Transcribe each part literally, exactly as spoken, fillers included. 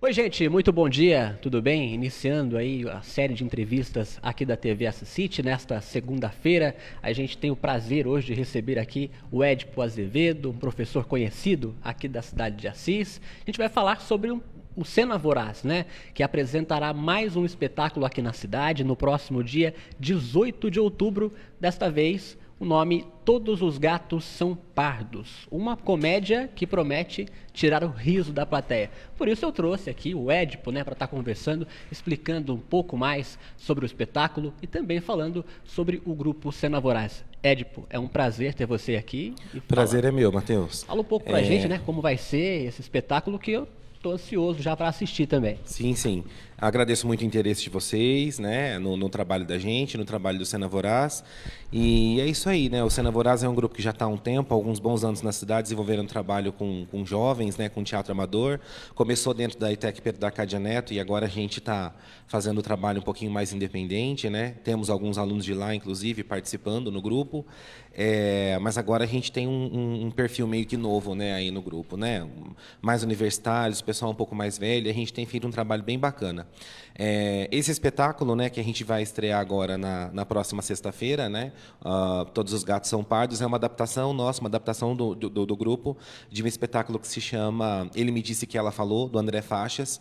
Oi, gente, muito bom dia, tudo bem? Iniciando aí a série de entrevistas aqui da T V S City nesta segunda-feira. A gente tem o prazer hoje de receber aqui o Edipo Azevedo, um professor conhecido aqui da cidade de Assis. A gente vai falar sobre um, o Cena Voraz, né? Que apresentará mais um espetáculo aqui na cidade no próximo dia dezoito de outubro, desta vez o nome Todos os Gatos São Pardos, uma comédia que promete tirar o riso da plateia. Por isso eu trouxe aqui o Edipo, né, para estar conversando, explicando um pouco mais sobre o espetáculo e também falando sobre o grupo Cena Voraz. Edipo, é um prazer ter você aqui. E prazer fala, é meu, Matheus. Fala um pouco pra é... gente, né, como vai ser esse espetáculo que eu estou ansioso já para assistir também. Sim, sim. Agradeço muito o interesse de vocês, né, no, no trabalho da gente, no trabalho do Cena Voraz. E é isso aí, né? O Cena Voraz é um grupo que já está há um tempo, alguns bons anos na cidade, desenvolvendo um trabalho com, com jovens, né, com teatro amador. Começou dentro da ETEC Pedro da Arcadia Neto e agora a gente está fazendo o trabalho um pouquinho mais independente, né? Temos alguns alunos de lá, inclusive, participando no grupo. É, mas agora a gente tem um, um, um perfil meio que novo, né, aí no grupo, né? Mais universitários, pessoal um pouco mais velho. A gente tem feito um trabalho bem bacana. É, esse espetáculo, né, que a gente vai estrear agora na, na próxima sexta-feira, né, uh, Todos os Gatos São Pardos, é uma adaptação nossa, uma adaptação do, do, do grupo de um espetáculo que se chama Ele Me Disse Que Ela Falou, do André Faixas.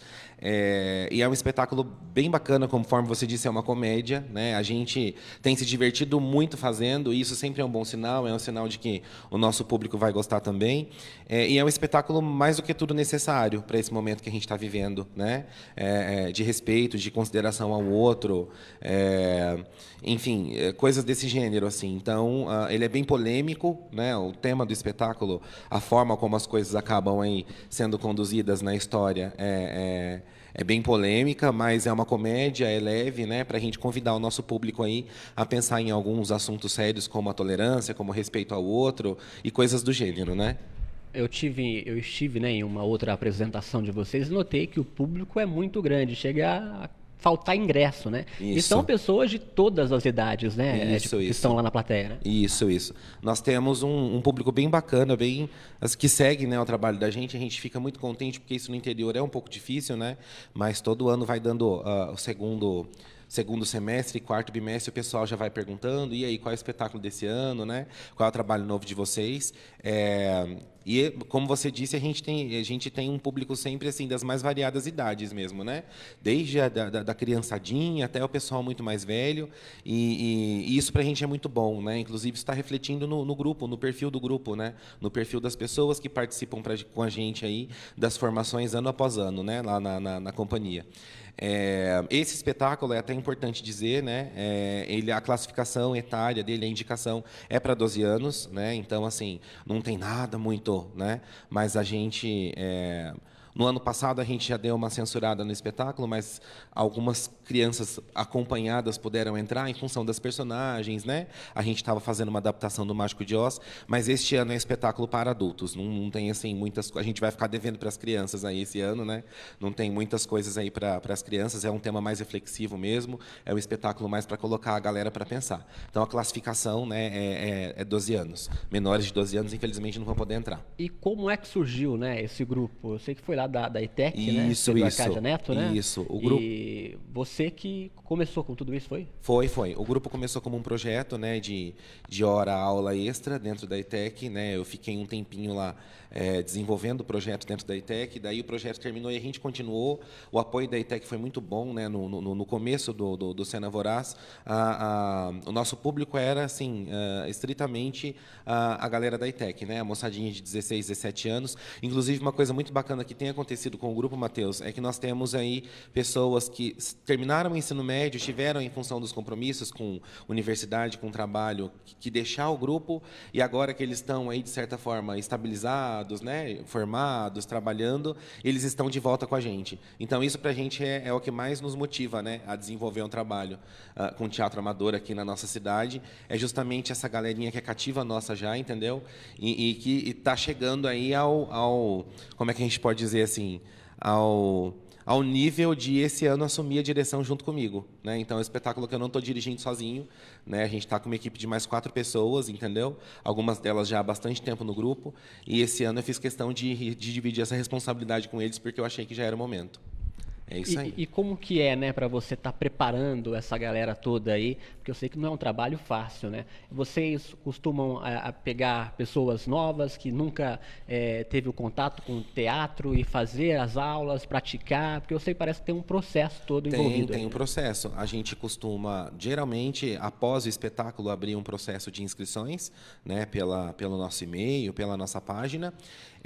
É, e é um espetáculo bem bacana, conforme você disse, é uma comédia, né? A gente tem se divertido muito fazendo, e isso sempre é um bom sinal, é um sinal de que o nosso público vai gostar também. É, e é um espetáculo mais do que tudo necessário para esse momento que a gente está vivendo, né? É, é, de respeito, de consideração ao outro, é, enfim, é, coisas desse gênero, assim. Então, uh, ele é bem polêmico, né? O tema do espetáculo, a forma como as coisas acabam aí sendo conduzidas na história é, é É bem polêmica, mas é uma comédia, é leve, né, para a gente convidar o nosso público aí a pensar em alguns assuntos sérios, como a tolerância, como o respeito ao outro e coisas do gênero, né? Eu tive, eu estive, né, em uma outra apresentação de vocês e notei que o público é muito grande, chega a faltar ingresso, né? Isso. E são pessoas de todas as idades, né? Isso, é, que isso. estão lá na plateia, né? Isso, isso. Nós temos um, um público bem bacana, bem que segue, né, o trabalho da gente. A gente fica muito contente porque isso no interior é um pouco difícil, né? Mas todo ano vai dando uh, o segundo segundo semestre, quarto bimestre, o pessoal já vai perguntando, e aí, qual é o espetáculo desse ano, né? Qual é o trabalho novo de vocês? É, e, como você disse, a gente, tem, a gente tem um público sempre assim das mais variadas idades mesmo, né? Desde a da, da criançadinha até o pessoal muito mais velho, e, e, e isso para a gente é muito bom, né? Inclusive, isso está refletindo no, no grupo, no perfil do grupo, né? No perfil das pessoas que participam pra, com a gente aí das formações ano após ano, né? Lá na, na, na companhia. É, esse espetáculo é até importante dizer, né? É, ele, a classificação etária dele, a indicação é para doze anos, né? Então, assim, não tem nada muito, né? Mas a gente é, no ano passado a gente já deu uma censurada no espetáculo, mas algumas crianças acompanhadas puderam entrar em função das personagens, né? A gente estava fazendo uma adaptação do Mágico de Oz, mas este ano é espetáculo para adultos. Não, não tem assim muitas, a gente vai ficar devendo para as crianças aí esse ano, né? Não tem muitas coisas aí para as crianças. É um tema mais reflexivo mesmo. É um espetáculo mais para colocar a galera para pensar. Então a classificação, né, é, é, é doze anos. Menores de doze anos, infelizmente, não vão poder entrar. E como é que surgiu, né, esse grupo? Eu sei que foi lá da, da ETEC, isso, né? Do isso, Arcadia Neto, né? Isso, o grupo. E você que começou com tudo isso, foi? Foi, foi. O grupo começou como um projeto, né, de, de hora-aula extra dentro da ETEC, né? Eu fiquei um tempinho lá é, desenvolvendo o projeto dentro da ETEC, daí o projeto terminou e a gente continuou. O apoio da ETEC foi muito bom, né? No, no, no começo do, do, do Cena Voraz, a, a, o nosso público era, assim, uh, estritamente a, a galera da ETEC, né? A moçadinha de dezesseis, dezessete anos. Inclusive, uma coisa muito bacana que tem acontecido com o grupo, Matheus, é que nós temos aí pessoas que terminaram o ensino médio, estiveram em função dos compromissos com universidade, com trabalho, que, que deixar o grupo, e agora que eles estão aí, de certa forma, estabilizados, né, formados, trabalhando, eles estão de volta com a gente. Então, isso para a gente é, é o que mais nos motiva, né, a desenvolver um trabalho uh, com teatro amador aqui na nossa cidade. É justamente essa galerinha que é cativa nossa já, entendeu? E, e que está chegando aí ao, ao... Como é que a gente pode dizer assim? Ao... ao nível de esse ano assumir a direção junto comigo, né? Então é um espetáculo que eu não estou dirigindo sozinho, né? A gente está com uma equipe de mais quatro pessoas, entendeu? Algumas delas já há bastante tempo no grupo, e esse ano eu fiz questão de, de dividir essa responsabilidade com eles porque eu achei que já era o momento. É isso aí. E, e como que é, né, para você estar tá preparando essa galera toda aí? Porque eu sei que não é um trabalho fácil, né? Vocês costumam a, a pegar pessoas novas que nunca é, teve o contato com o teatro e fazer as aulas, praticar? Porque eu sei que parece que tem um processo todo tem, envolvido. Tem aí, um né? processo. A gente costuma, geralmente, após o espetáculo, abrir um processo de inscrições, né, pela, pelo nosso e-mail, pela nossa página.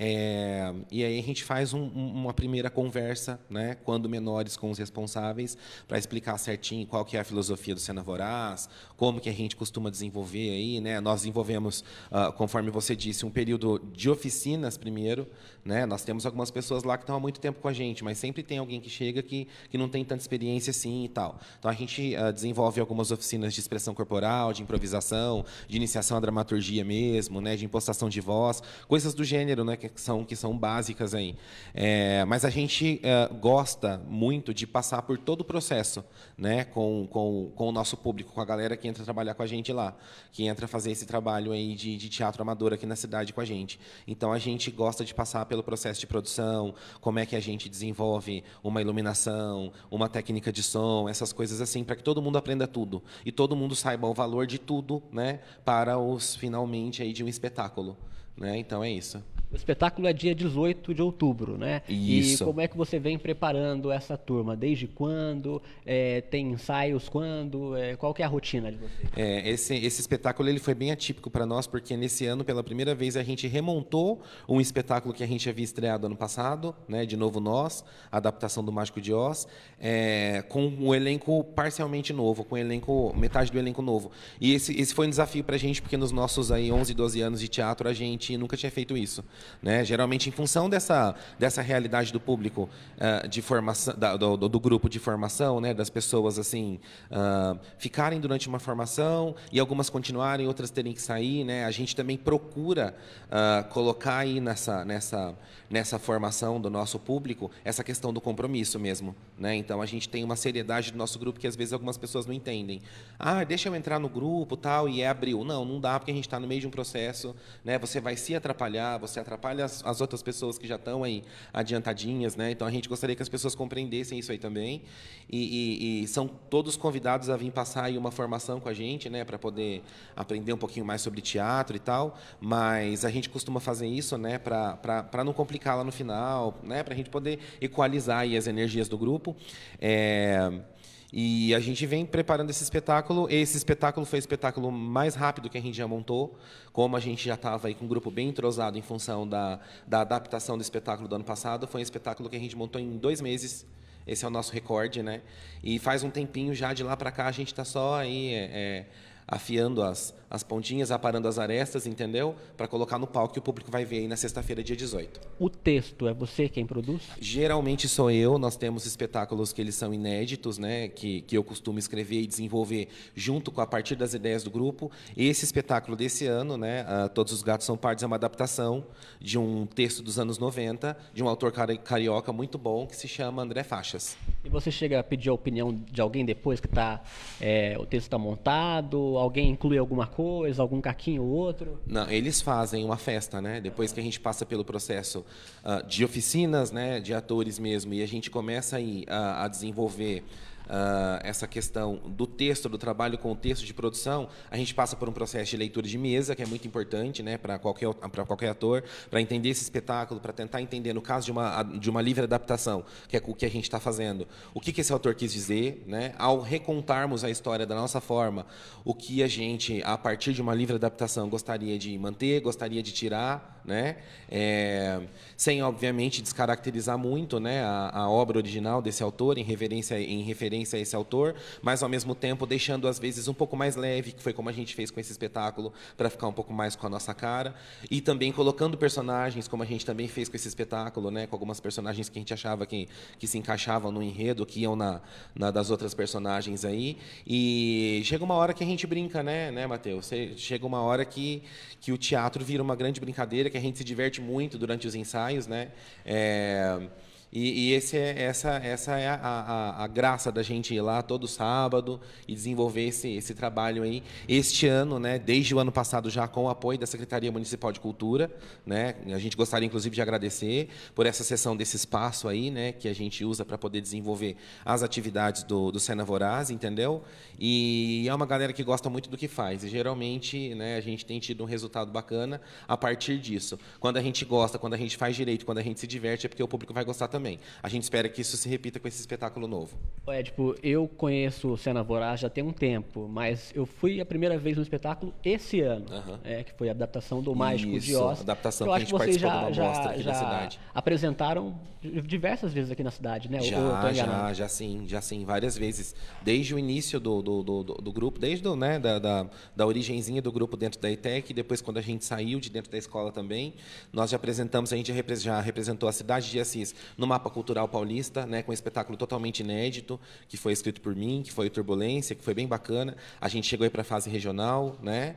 É, e aí a gente faz um, um, uma primeira conversa, né, quando menores, com os responsáveis, para explicar certinho qual que é a filosofia do Cena Voraz, como que a gente costuma desenvolver aí, né? Nós desenvolvemos, uh, conforme você disse, um período de oficinas primeiro, né? Nós temos algumas pessoas lá que estão há muito tempo com a gente, mas sempre tem alguém que chega que, que não tem tanta experiência assim e tal. Então a gente uh, desenvolve algumas oficinas de expressão corporal, de improvisação, de iniciação à dramaturgia mesmo, né? De impostação de voz, coisas do gênero, né? Que são, que são básicas aí. É, mas a gente uh, gosta muito de passar por todo o processo, né? Com, com, com o nosso público, com a galera que entra trabalhar com a gente lá, que entra fazer esse trabalho aí de, de teatro amador aqui na cidade com a gente. Então a gente gosta de passar pelo processo de produção, como é que a gente desenvolve uma iluminação, uma técnica de som, essas coisas assim, para que todo mundo aprenda tudo e todo mundo saiba o valor de tudo, né? Para os finalmente aí de um espetáculo, né? Então é isso. O espetáculo é dia dezoito de outubro, né? Isso. E como é que você vem preparando essa turma? Desde quando? É, tem ensaios quando? É, qual que é a rotina de vocês? É, esse, esse espetáculo ele foi bem atípico para nós, porque nesse ano, pela primeira vez, a gente remontou um espetáculo que a gente havia estreado ano passado, né? De novo Nós, a adaptação do Mágico de Oz, é, com um elenco parcialmente novo, com um elenco, metade do elenco novo. E esse, esse foi um desafio para a gente, porque nos nossos aí, onze, doze anos de teatro, a gente nunca tinha feito isso. Né? Geralmente, em função dessa, dessa realidade do público, uh, de formação, da, do, do grupo de formação, né? Das pessoas assim uh, ficarem durante uma formação e algumas continuarem, outras terem que sair, né? A gente também procura uh, colocar aí nessa, nessa, nessa formação do nosso público essa questão do compromisso mesmo. Né? Então, a gente tem uma seriedade do nosso grupo que, às vezes, algumas pessoas não entendem. Ah, deixa eu entrar no grupo tal, e é abril. Não, não dá, porque a gente está no meio de um processo. Né? Você vai se atrapalhar, você atrapalha as, as outras pessoas que já estão aí adiantadinhas. Né? Então, a gente gostaria que as pessoas compreendessem isso aí também. E, e, e são todos convidados a vir passar aí uma formação com a gente, né? Para poder aprender um pouquinho mais sobre teatro e tal. Mas a gente costuma fazer isso, né? Para não complicar lá no final, né? Para a gente poder equalizar aí as energias do grupo. É, e a gente vem preparando esse espetáculo. Esse espetáculo foi o espetáculo mais rápido que a gente já montou, como a gente já estava aí com um grupo bem entrosado em função da, da adaptação do espetáculo do ano passado. Foi um espetáculo que a gente montou em dois meses. Esse é o nosso recorde, né? E faz um tempinho já, de lá para cá, a gente está só aí é, é, afiando as, as pontinhas, aparando as arestas, entendeu? Para colocar no palco que o público vai ver aí na sexta-feira, dia dezoito. O texto é você quem produz? Geralmente sou eu. Nós temos espetáculos que eles são inéditos, né? Que, que eu costumo escrever e desenvolver junto com a partir das ideias do grupo. Esse espetáculo desse ano, né? Uh, Todos os Gatos São Pardos, é uma adaptação de um texto dos anos noventa, de um autor cari carioca muito bom, que se chama André Faixas. E você chega a pedir a opinião de alguém depois que tá, é, o texto está montado? Alguém inclui alguma coisa, algum caquinho ou outro? Não, eles fazem uma festa, né? Depois que a gente passa pelo processo uh, de oficinas, né? De atores mesmo, e a gente começa aí a, a desenvolver Uh, essa questão do texto, do trabalho com o texto de produção, a gente passa por um processo de leitura de mesa, que é muito importante, né, para qualquer, para qualquer ator, para entender esse espetáculo, para tentar entender, no caso de uma, de uma livre adaptação, que é o que a gente está fazendo, o que, que esse autor quis dizer, né, ao recontarmos a história da nossa forma, o que a gente, a partir de uma livre adaptação, gostaria de manter, gostaria de tirar, né, é, sem, obviamente, descaracterizar muito, né, a, a obra original desse autor, em reverência, em referência a esse autor, mas ao mesmo tempo deixando às vezes um pouco mais leve, que foi como a gente fez com esse espetáculo, para ficar um pouco mais com a nossa cara, e também colocando personagens, como a gente também fez com esse espetáculo, né, com algumas personagens que a gente achava que, que se encaixavam no enredo, que iam na, na das outras personagens aí, e chega uma hora que a gente brinca, né, né, Matheus? Chega uma hora que, que o teatro vira uma grande brincadeira, que a gente se diverte muito durante os ensaios, né, é... E, e esse é, essa, essa é a, a, a graça da gente ir lá todo sábado e desenvolver esse, esse trabalho aí. Este ano, né, desde o ano passado já com o apoio da Secretaria Municipal de Cultura, né, a gente gostaria inclusive de agradecer por essa sessão desse espaço aí, né, que a gente usa para poder desenvolver as atividades do, do Sena Voraz, entendeu? E é uma galera que gosta muito do que faz e geralmente, né, a gente tem tido um resultado bacana a partir disso. Quando a gente gosta, quando a gente faz direito, quando a gente se diverte, é porque o público vai gostar também. Também. A gente espera que isso se repita com esse espetáculo novo. É, tipo, eu conheço o Sena Voraz já tem um tempo, mas eu fui a primeira vez no espetáculo esse ano, uhum. é, que foi a adaptação do Mágico isso, de Oz. Adaptação eu que acho a gente que vocês participou já, de uma mostra já, aqui já na cidade. apresentaram diversas vezes aqui na cidade, né? Já, já, já sim, já sim, várias vezes. Desde o início do, do, do, do grupo, desde do, né, da, da, da origenzinha do grupo dentro da E T E C, depois quando a gente saiu de dentro da escola também, nós já apresentamos, a gente já representou a cidade de Assis no mapa cultural paulista, né, com um espetáculo totalmente inédito, que foi escrito por mim, que foi o Turbulência, que foi bem bacana. A gente chegou aí para a fase regional, né?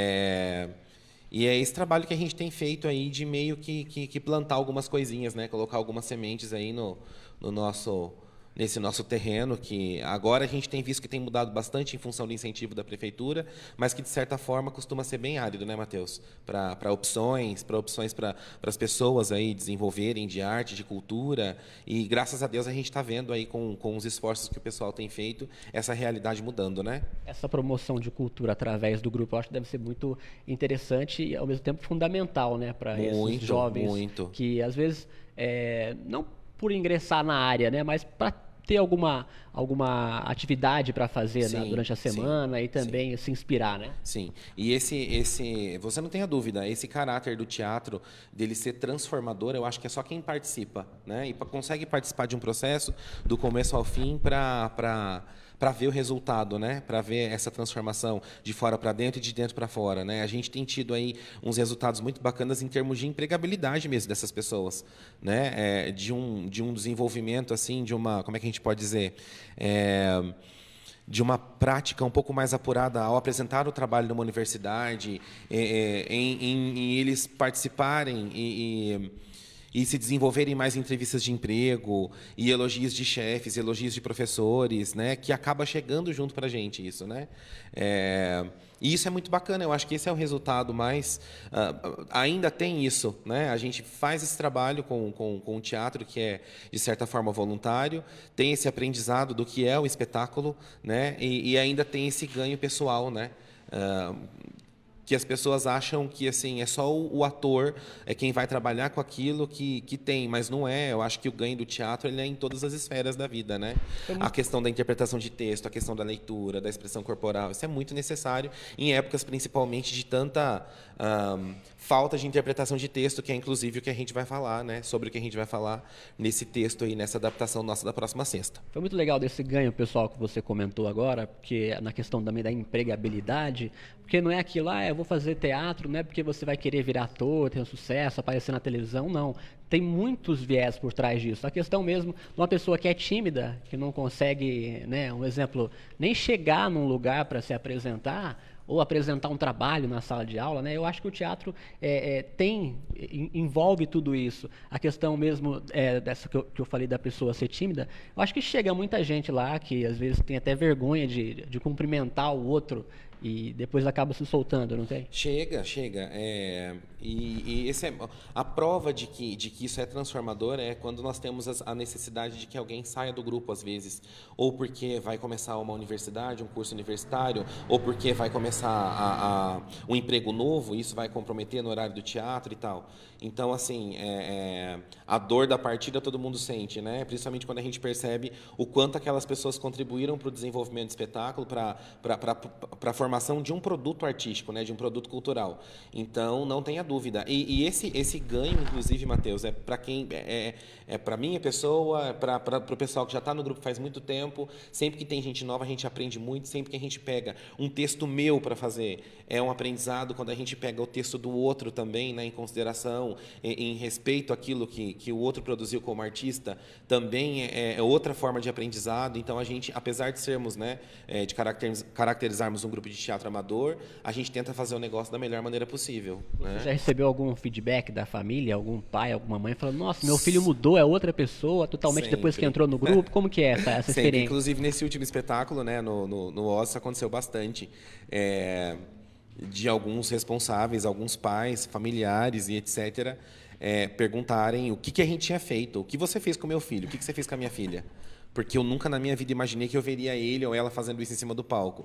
É... E é esse trabalho que a gente tem feito aí de meio que, que, que plantar algumas coisinhas, né? Colocar algumas sementes aí no, no nosso, nesse nosso terreno, que agora a gente tem visto que tem mudado bastante em função do incentivo da prefeitura, mas que, de certa forma, costuma ser bem árido, né, Matheus? Para opções, para opções para as pessoas aí desenvolverem de arte, de cultura. E, graças a Deus, a gente está vendo aí com, com os esforços que o pessoal tem feito, essa realidade mudando, né? Essa promoção de cultura através do grupo, eu acho que deve ser muito interessante e, ao mesmo tempo, fundamental, né, para esses jovens muito. que, às vezes, é, não por ingressar na área, né, mas para ter alguma, alguma atividade para fazer, sim, né, durante a semana, sim, e também, sim, se inspirar, né? Sim. E esse, esse, você não tenha dúvida, esse caráter do teatro, dele ser transformador, eu acho que é só quem participa, né? E consegue participar de um processo do começo ao fim para para para ver o resultado, né? Para ver essa transformação de fora para dentro e de dentro para fora, né? A gente tem tido aí uns resultados muito bacanas em termos de empregabilidade mesmo dessas pessoas, né? É, de um de um desenvolvimento assim, de uma, como é que a gente pode dizer, é, de uma prática um pouco mais apurada ao apresentar o trabalho numa universidade, é, em, em, em eles participarem e, e e se desenvolverem mais entrevistas de emprego, e elogios de chefes, elogios de professores, né, que acaba chegando junto para a gente isso, né? É, e isso é muito bacana, eu acho que esse é o resultado mais... Uh, ainda tem isso, né? A gente faz esse trabalho com, com, com o teatro, que é, de certa forma, voluntário, tem esse aprendizado do que é o espetáculo, né? E, e ainda tem esse ganho pessoal, né? Uh, que as pessoas acham que assim é só o, o ator é quem vai trabalhar com aquilo que, que tem, mas não é. Eu acho que o ganho do teatro ele é em todas as esferas da vida, né? Muito... A questão da interpretação de texto, a questão da leitura, da expressão corporal, isso é muito necessário em épocas principalmente de tanta um, falta de interpretação de texto, que é inclusive o que a gente vai falar, né? Sobre o que a gente vai falar nesse texto aí, nessa adaptação nossa da próxima sexta. Foi muito legal desse ganho, pessoal, que você comentou agora, porque na questão também da empregabilidade, porque não é aquilo, ah, eu vou fazer teatro, não é porque você vai querer virar ator, ter um sucesso, aparecer na televisão, não. Tem muitos viés por trás disso. A questão mesmo de uma pessoa que é tímida, que não consegue, né, um exemplo, nem chegar num lugar para se apresentar, ou apresentar um trabalho na sala de aula, né? Eu acho que o teatro é, é, tem, envolve tudo isso. A questão mesmo é, dessa que eu, que eu falei da pessoa ser tímida, eu acho que chega muita gente lá que às vezes tem até vergonha de, de cumprimentar o outro e depois acaba se soltando, não tem? Chega, chega. É, e e esse é, a prova de que, de que isso é transformador é quando nós temos a necessidade de que alguém saia do grupo, às vezes. Ou porque vai começar uma universidade, um curso universitário, ou porque vai começar a, a, um emprego novo, e isso vai comprometer no horário do teatro e tal. Então, assim, é, é, a dor da partida todo mundo sente, né? Principalmente quando a gente percebe o quanto aquelas pessoas contribuíram para o desenvolvimento do espetáculo, para a formação de um produto artístico, né? De um produto cultural. Então, não tenha dúvida. E, e esse, esse ganho, inclusive, Matheus, é para quem... É, é para a minha pessoa, é para o pessoal que já está no grupo faz muito tempo. Sempre que tem gente nova, a gente aprende muito. Sempre que a gente pega um texto meu para fazer, é um aprendizado. Quando a gente pega o texto do outro também, né, em consideração, em, em respeito àquilo que, que o outro produziu como artista, também é, é outra forma de aprendizado. Então, a gente, apesar de sermos, né, é, de caracterizarmos um grupo de de teatro amador, a gente tenta fazer o negócio da melhor maneira possível. Você né? já recebeu algum feedback da família, algum pai, alguma mãe, falando, nossa, meu filho mudou, é outra pessoa, totalmente Sempre. Depois que entrou no grupo? Como que é essa, essa Sempre. experiência? Inclusive, nesse último espetáculo, né, no, no, no Oz, aconteceu bastante. É, de alguns responsáveis, alguns pais, familiares e etcétera, é, perguntarem o que, que a gente tinha feito, o que você fez com o meu filho, o que, que você fez com a minha filha. Porque eu nunca na minha vida imaginei que eu veria ele ou ela fazendo isso em cima do palco.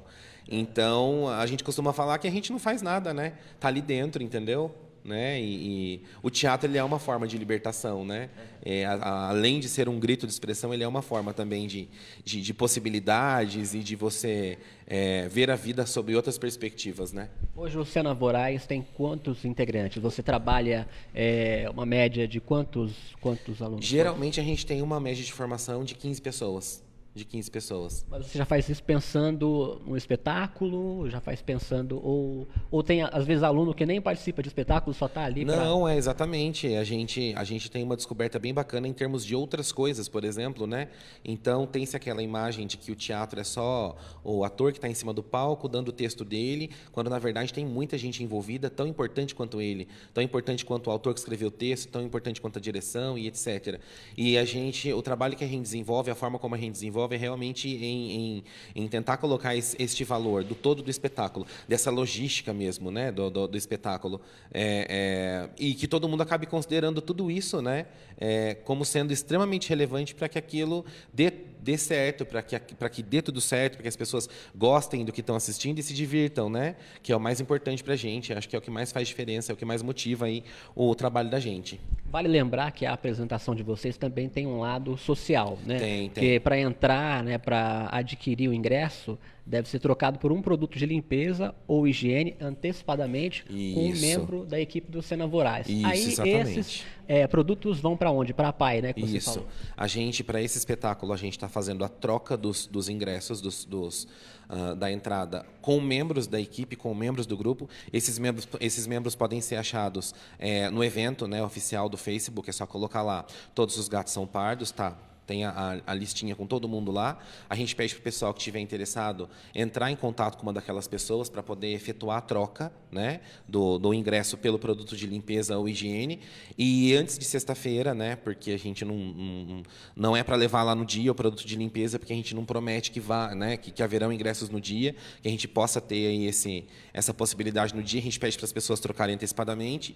Então, a gente costuma falar que a gente não faz nada, né? Tá ali dentro, entendeu? Né? E, e o teatro ele é uma forma de libertação, né? É, a, a, além de ser um grito de expressão, ele é uma forma também de, de, de possibilidades e de você é, ver a vida sob outras perspectivas, né? Hoje o Cena Voraz tem quantos integrantes? Você trabalha é, uma média de quantos, quantos alunos? Geralmente a gente tem uma média de formação de quinze pessoas. De quinze pessoas. Mas você já faz isso pensando no espetáculo? Já faz pensando... Ou, ou tem, às vezes, aluno que nem participa de espetáculo, só está ali pra... Não, é exatamente. A gente, a gente tem uma descoberta bem bacana em termos de outras coisas, por exemplo, né? Então, tem-se aquela imagem de que o teatro é só o ator que está em cima do palco, dando o texto dele, quando, na verdade, tem muita gente envolvida, tão importante quanto ele, tão importante quanto o autor que escreveu o texto, tão importante quanto a direção e etcétera. E a gente, o trabalho que a gente desenvolve, a forma como a gente desenvolve, é realmente em, em, em tentar colocar esse, este valor do todo do espetáculo, dessa logística mesmo, né, do, do, do espetáculo, é, é, e que todo mundo acabe considerando tudo isso, né, é, como sendo extremamente relevante para que aquilo dê, dê certo, para que, para que dê tudo certo, para que as pessoas gostem do que estão assistindo e se divirtam, né, que é o mais importante para a gente, acho que é o que mais faz diferença, é o que mais motiva aí o trabalho da gente. Vale lembrar que a apresentação de vocês também tem um lado social, né? Tem, tem. Porque para entrar, né, para adquirir o ingresso, deve ser trocado por um produto de limpeza ou higiene antecipadamente Isso. com um membro da equipe do Cena Voraz. Isso, Aí exatamente. esses é, produtos vão para onde? Para a P A I, né? Que você Isso. falou. A gente, para esse espetáculo, a gente está fazendo a troca dos, dos ingressos dos, dos, uh, da entrada com membros da equipe, com membros do grupo. Esses membros, esses membros podem ser achados é, no evento, né, oficial do Facebook. É só colocar lá. Todos os gatos são pardos, tá? Tem a, a listinha com todo mundo lá. A gente pede para o pessoal que estiver interessado entrar em contato com uma daquelas pessoas para poder efetuar a troca, né, do, do ingresso pelo produto de limpeza ou higiene. E antes de sexta-feira, né, porque a gente não, não, não é para levar lá no dia o produto de limpeza, porque a gente não promete que, vá, né, que, que haverão ingressos no dia, que a gente possa ter aí esse, essa possibilidade no dia. A gente pede para as pessoas trocarem antecipadamente,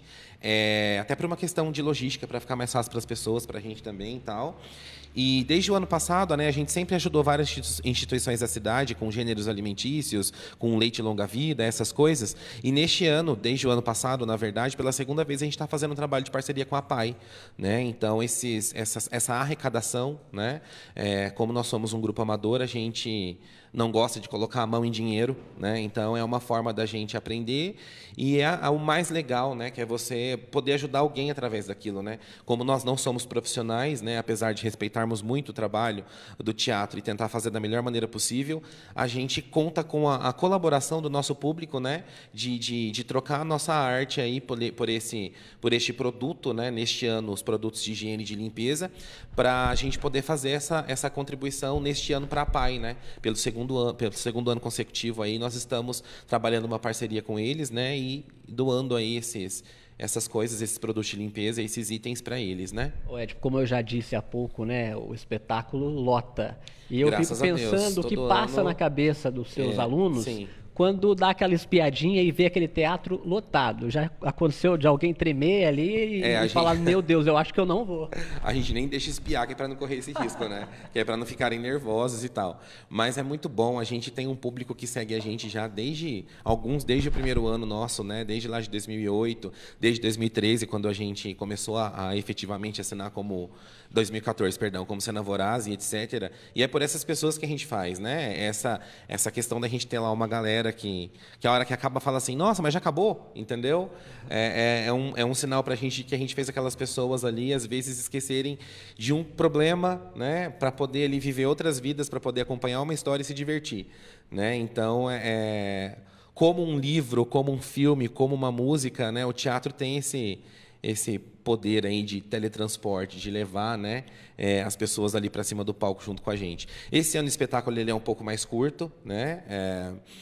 é, até por uma questão de logística, para ficar mais fácil para as pessoas, para a gente também e tal. E desde o ano passado, né, a gente sempre ajudou várias instituições da cidade com gêneros alimentícios, com leite longa-vida, essas coisas. E neste ano, desde o ano passado, na verdade, pela segunda vez a gente está fazendo um trabalho de parceria com a P A I. Né? Então, esses, essa, essa arrecadação, né, é, como nós somos um grupo amador, a gente não gosta de colocar a mão em dinheiro, né? Então é uma forma da gente aprender e é, é o mais legal, né? Que é você poder ajudar alguém através daquilo, né? Como nós não somos profissionais, né? Apesar de respeitarmos muito o trabalho do teatro e tentar fazer da melhor maneira possível, a gente conta com a, a colaboração do nosso público, né? De, de, de trocar a nossa arte aí por, por esse por este produto, né? Neste ano os produtos de higiene e de limpeza, para a gente poder fazer essa essa contribuição neste ano para a P A I, né? Pelo segundo Segundo ano, pelo segundo ano consecutivo aí nós estamos trabalhando uma parceria com eles, né, e doando aí esses, essas coisas, esses produtos de limpeza, esses itens para eles, né? Ô Ed, como eu já disse há pouco, né, o espetáculo lota. E eu Graças fico a Deus, pensando o que todo passa ano- na cabeça dos seus É, alunos sim. quando dá aquela espiadinha e vê aquele teatro lotado. Já aconteceu de alguém tremer ali e, É, a e gente- falar, meu Deus, eu acho que eu não vou. A gente nem deixa espiar, que é para não correr esse risco, né? Que é para não ficarem nervosos e tal. Mas é muito bom, a gente tem um público que segue a gente já desde, alguns desde o primeiro ano nosso, né? Desde lá de dois mil e oito, desde dois mil e treze, quando a gente começou a, a efetivamente assinar como, dois mil e quatorze, perdão, como Cena Voraz e etcétera. E é por essas pessoas que a gente faz, né? Essa, essa questão da gente ter lá uma galera que, que a hora que acaba fala assim, nossa, mas já acabou, entendeu? É, é, é, um, é um sinal para a gente que a gente fez aquelas pessoas ali, às vezes, esquecerem de um problema, né, para poder ali viver outras vidas, para poder acompanhar uma história e se divertir. Né? Então, é, é, como um livro, como um filme, como uma música, né, o teatro tem esse, esse poder aí de teletransporte, de levar, né, é, as pessoas ali para cima do palco junto com a gente. Esse ano o espetáculo ele é um pouco mais curto, né? É,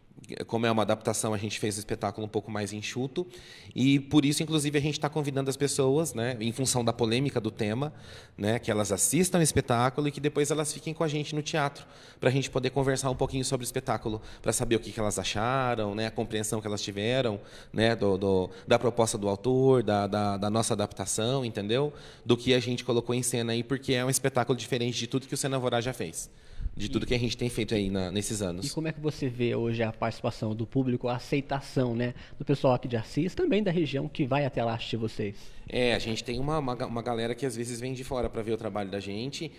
Como é uma adaptação, a gente fez o espetáculo um pouco mais enxuto e por isso, inclusive, a gente está convidando as pessoas, né, em função da polêmica do tema, né, que elas assistam o espetáculo e que depois elas fiquem com a gente no teatro, para a gente poder conversar um pouquinho sobre o espetáculo, para saber o que, que elas acharam, né, a compreensão que elas tiveram, né, do, do, da proposta do autor, da, da, da nossa adaptação, entendeu? Do que a gente colocou em cena aí, porque é um espetáculo diferente de tudo que o Cena Alvorada já fez. De tudo que a gente tem feito aí na, nesses anos. E como é que você vê hoje a participação do público, a aceitação, né, do pessoal aqui de Assis, também da região que vai até lá assistir vocês? É, a gente tem uma, uma, uma galera que às vezes vem de fora para ver o trabalho da gente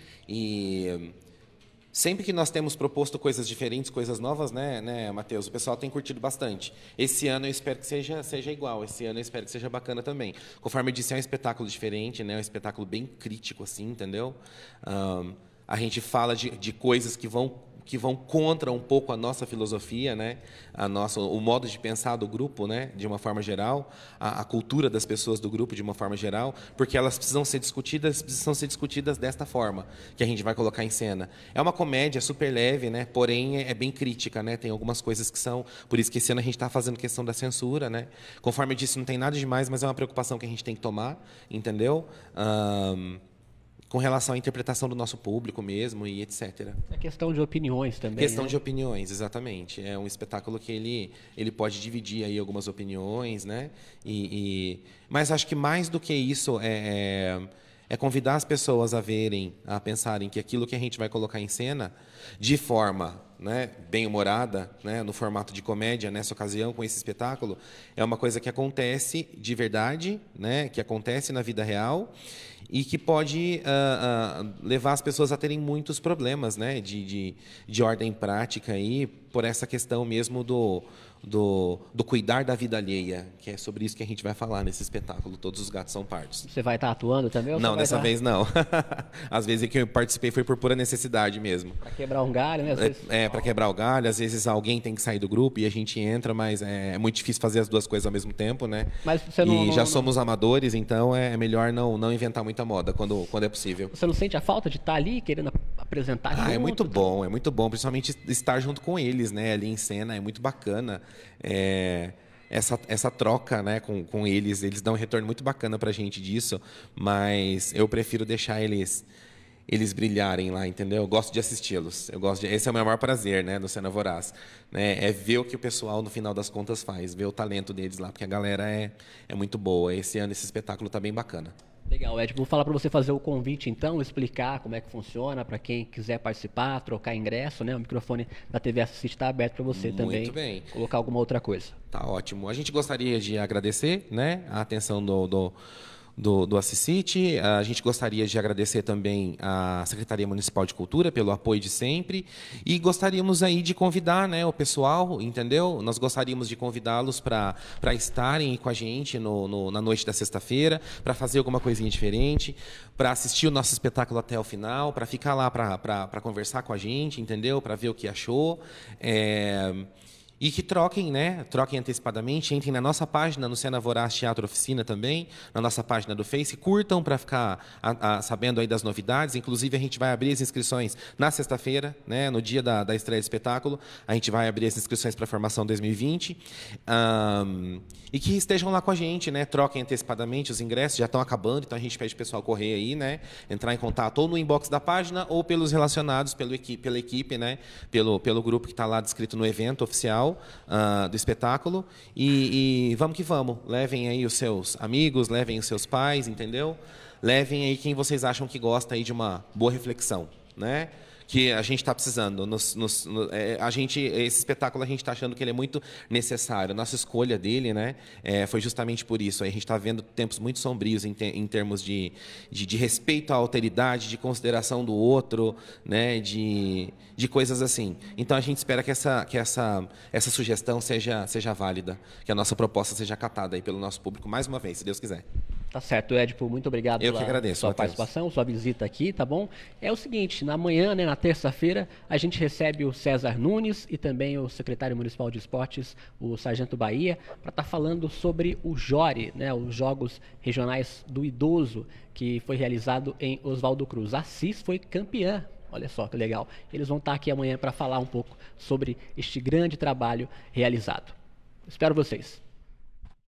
e sempre que nós temos proposto coisas diferentes, coisas novas, né, né, Matheus, o pessoal tem curtido bastante. Esse ano eu espero que seja, seja igual, esse ano eu espero que seja bacana também. Conforme eu disse, é um espetáculo diferente, né, um espetáculo bem crítico, assim, entendeu? Um, A gente fala de, de coisas que vão, que vão contra um pouco a nossa filosofia, né? A nossa, o modo de pensar do grupo, né? De uma forma geral, a, a cultura das pessoas do grupo de uma forma geral, porque elas precisam ser discutidas, precisam ser discutidas desta forma que a gente vai colocar em cena. É uma comédia super leve, né? Porém é, é bem crítica, né? Tem algumas coisas que são, por isso que esse ano a gente está fazendo questão da censura, né? Conforme eu disse, não tem nada demais, mas é uma preocupação que a gente tem que tomar, entendeu? Um, com relação à interpretação do nosso público mesmo e etcétera. É questão de opiniões também. Questão né? de opiniões, exatamente. É um espetáculo que ele, ele pode dividir aí algumas opiniões, né? E, e... Mas acho que mais do que isso é, é, é convidar as pessoas a verem, a pensarem que aquilo que a gente vai colocar em cena, de forma, né, bem-humorada, né, no formato de comédia, nessa ocasião, com esse espetáculo, é uma coisa que acontece de verdade, né, que acontece na vida real, e que pode uh, uh, levar as pessoas a terem muitos problemas, né, de, de, de ordem prática aí, por essa questão mesmo do, do, do cuidar da vida alheia, que é sobre isso que a gente vai falar nesse espetáculo, Todos os Gatos São Pardos. Você vai estar atuando também? Ou não, dessa estar... vez não. Às vezes que eu participei foi por pura necessidade mesmo. Para quebrar um galho, né? Às vezes... É, é para quebrar o galho, às vezes alguém tem que sair do grupo e a gente entra, mas é, é muito difícil fazer as duas coisas ao mesmo tempo, né? Mas você não, e não, já não... somos amadores, então é melhor não, não inventar muita moda quando, quando é possível. Você não sente a falta de estar ali querendo apresentar? Ah, junto, é muito tá? bom, é muito bom, principalmente estar junto com eles, né? Ali em cena, é muito bacana. É... Essa, essa troca, né, com, com eles, eles dão um retorno muito bacana pra gente disso, mas eu prefiro deixar eles eles brilharem lá, entendeu? Eu gosto de assisti-los. Eu gosto de, esse é o meu maior prazer, né, no Cena Voraz, né? É ver o que o pessoal no final das contas faz, ver o talento deles lá, porque a galera é é muito boa. Esse ano esse espetáculo tá bem bacana. Legal, Ed. Vou falar para você fazer o convite, então, explicar como é que funciona, para quem quiser participar, trocar ingresso, né? O microfone da T V Assist está aberto para você Muito também. bem. Colocar alguma outra coisa. Tá ótimo. A gente gostaria de agradecer, né, a atenção do, do, do, do Assisite. A gente gostaria de agradecer também à Secretaria Municipal de Cultura pelo apoio de sempre. E gostaríamos aí de convidar, né, o pessoal, entendeu? Nós gostaríamos de convidá-los para para estarem com a gente no, no, na noite da sexta-feira, para fazer alguma coisinha diferente, para assistir o nosso espetáculo até o final, para ficar lá para conversar com a gente, entendeu? Para ver o que achou. É... E que troquem, né? Troquem antecipadamente, entrem na nossa página, no Cena Voraz Teatro Oficina também, na nossa página do Face, curtam para ficar a, a, sabendo aí das novidades. Inclusive, a gente vai abrir as inscrições na sexta-feira, né? No dia da, da estreia do espetáculo. A gente vai abrir as inscrições para a formação dois mil e vinte. Um, e que estejam lá com a gente, né? Troquem antecipadamente, os ingressos já estão acabando, então a gente pede o pessoal correr aí, né? Entrar em contato ou no inbox da página ou pelos relacionados pelo equipe, pela equipe, né? Pelo, pelo grupo que está lá descrito no evento oficial. Uh, do espetáculo e, e vamos que vamos, levem aí os seus amigos, levem os seus pais, entendeu? Levem aí quem vocês acham que gosta aí de uma boa reflexão, né? Que a gente está precisando. Nos, nos, no, é, a gente, esse espetáculo a gente está achando que ele é muito necessário. Nossa escolha dele, né, é, foi justamente por isso. A gente está vendo tempos muito sombrios em, te, em termos de, de, de respeito à alteridade, de consideração do outro, né, de, de coisas assim. Então a gente espera que essa, que essa, essa sugestão seja, seja válida, que a nossa proposta seja acatada aí pelo nosso público mais uma vez, se Deus quiser. Tá certo, Edipo, muito obrigado Eu pela que agradeço, sua Matheus. participação, sua visita aqui, tá bom? É o seguinte, na manhã, né, na terça-feira, a gente recebe o César Nunes e também o secretário municipal de esportes, o Sargento Bahia, para estar tá falando sobre o Jore, né, os Jogos Regionais do Idoso, que foi realizado em Oswaldo Cruz. Assis foi campeã Olha só que legal. Eles vão estar aqui amanhã para falar um pouco sobre este grande trabalho realizado. Espero vocês.